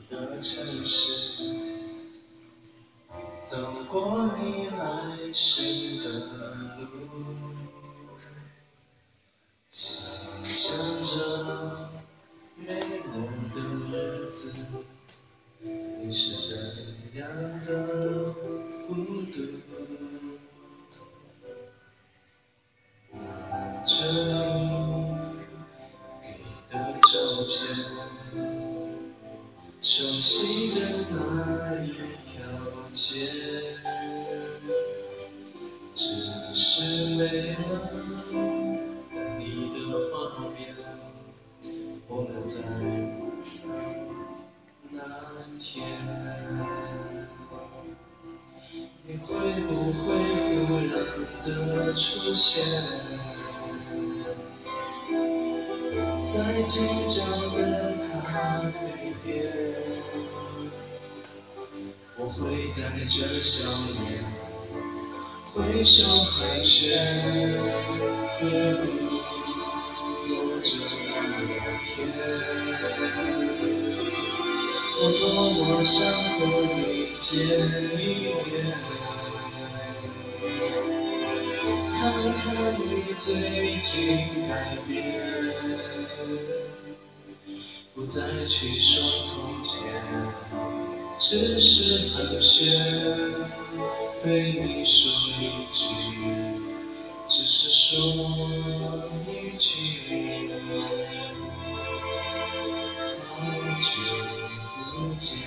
的城市，走过你来时的路，想象着没我的日子，你是怎样的孤独。这你给的照片，熟悉的那一条街，只是没了你的画面。我们在那天，你会不会忽然的出现？在街角的咖啡店，我会带着笑脸，挥手寒暄，和你坐着聊天。我多么想和你见一面，看看你最近改变，不再去说从前，只是寒暄，对你说一句，只是说一句，好久不见。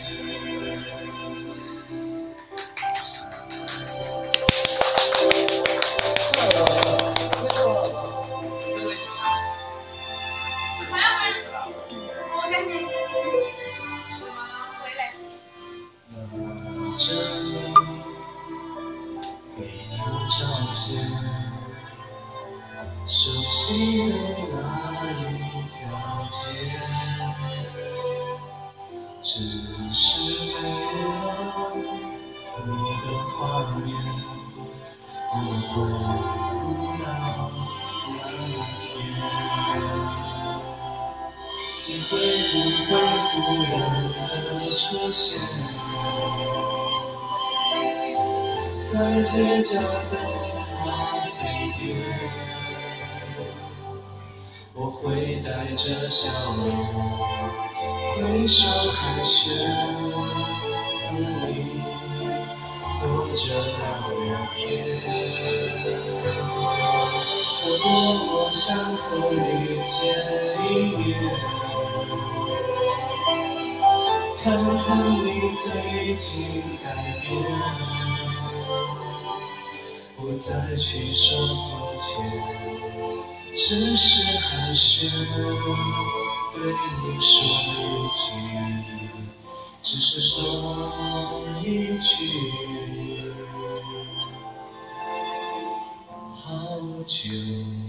这里给的照片，熟悉的那一条街，只是没了你的画面。我回不到那天，你会不会忽然的出现？在街角的咖啡店，我会带着笑容，挥手寒暄，和你坐着聊天。我多么想和你见一面，看看你最近改变。不再去说从前，只是寒暄，对你说一句，只是说一句，好久。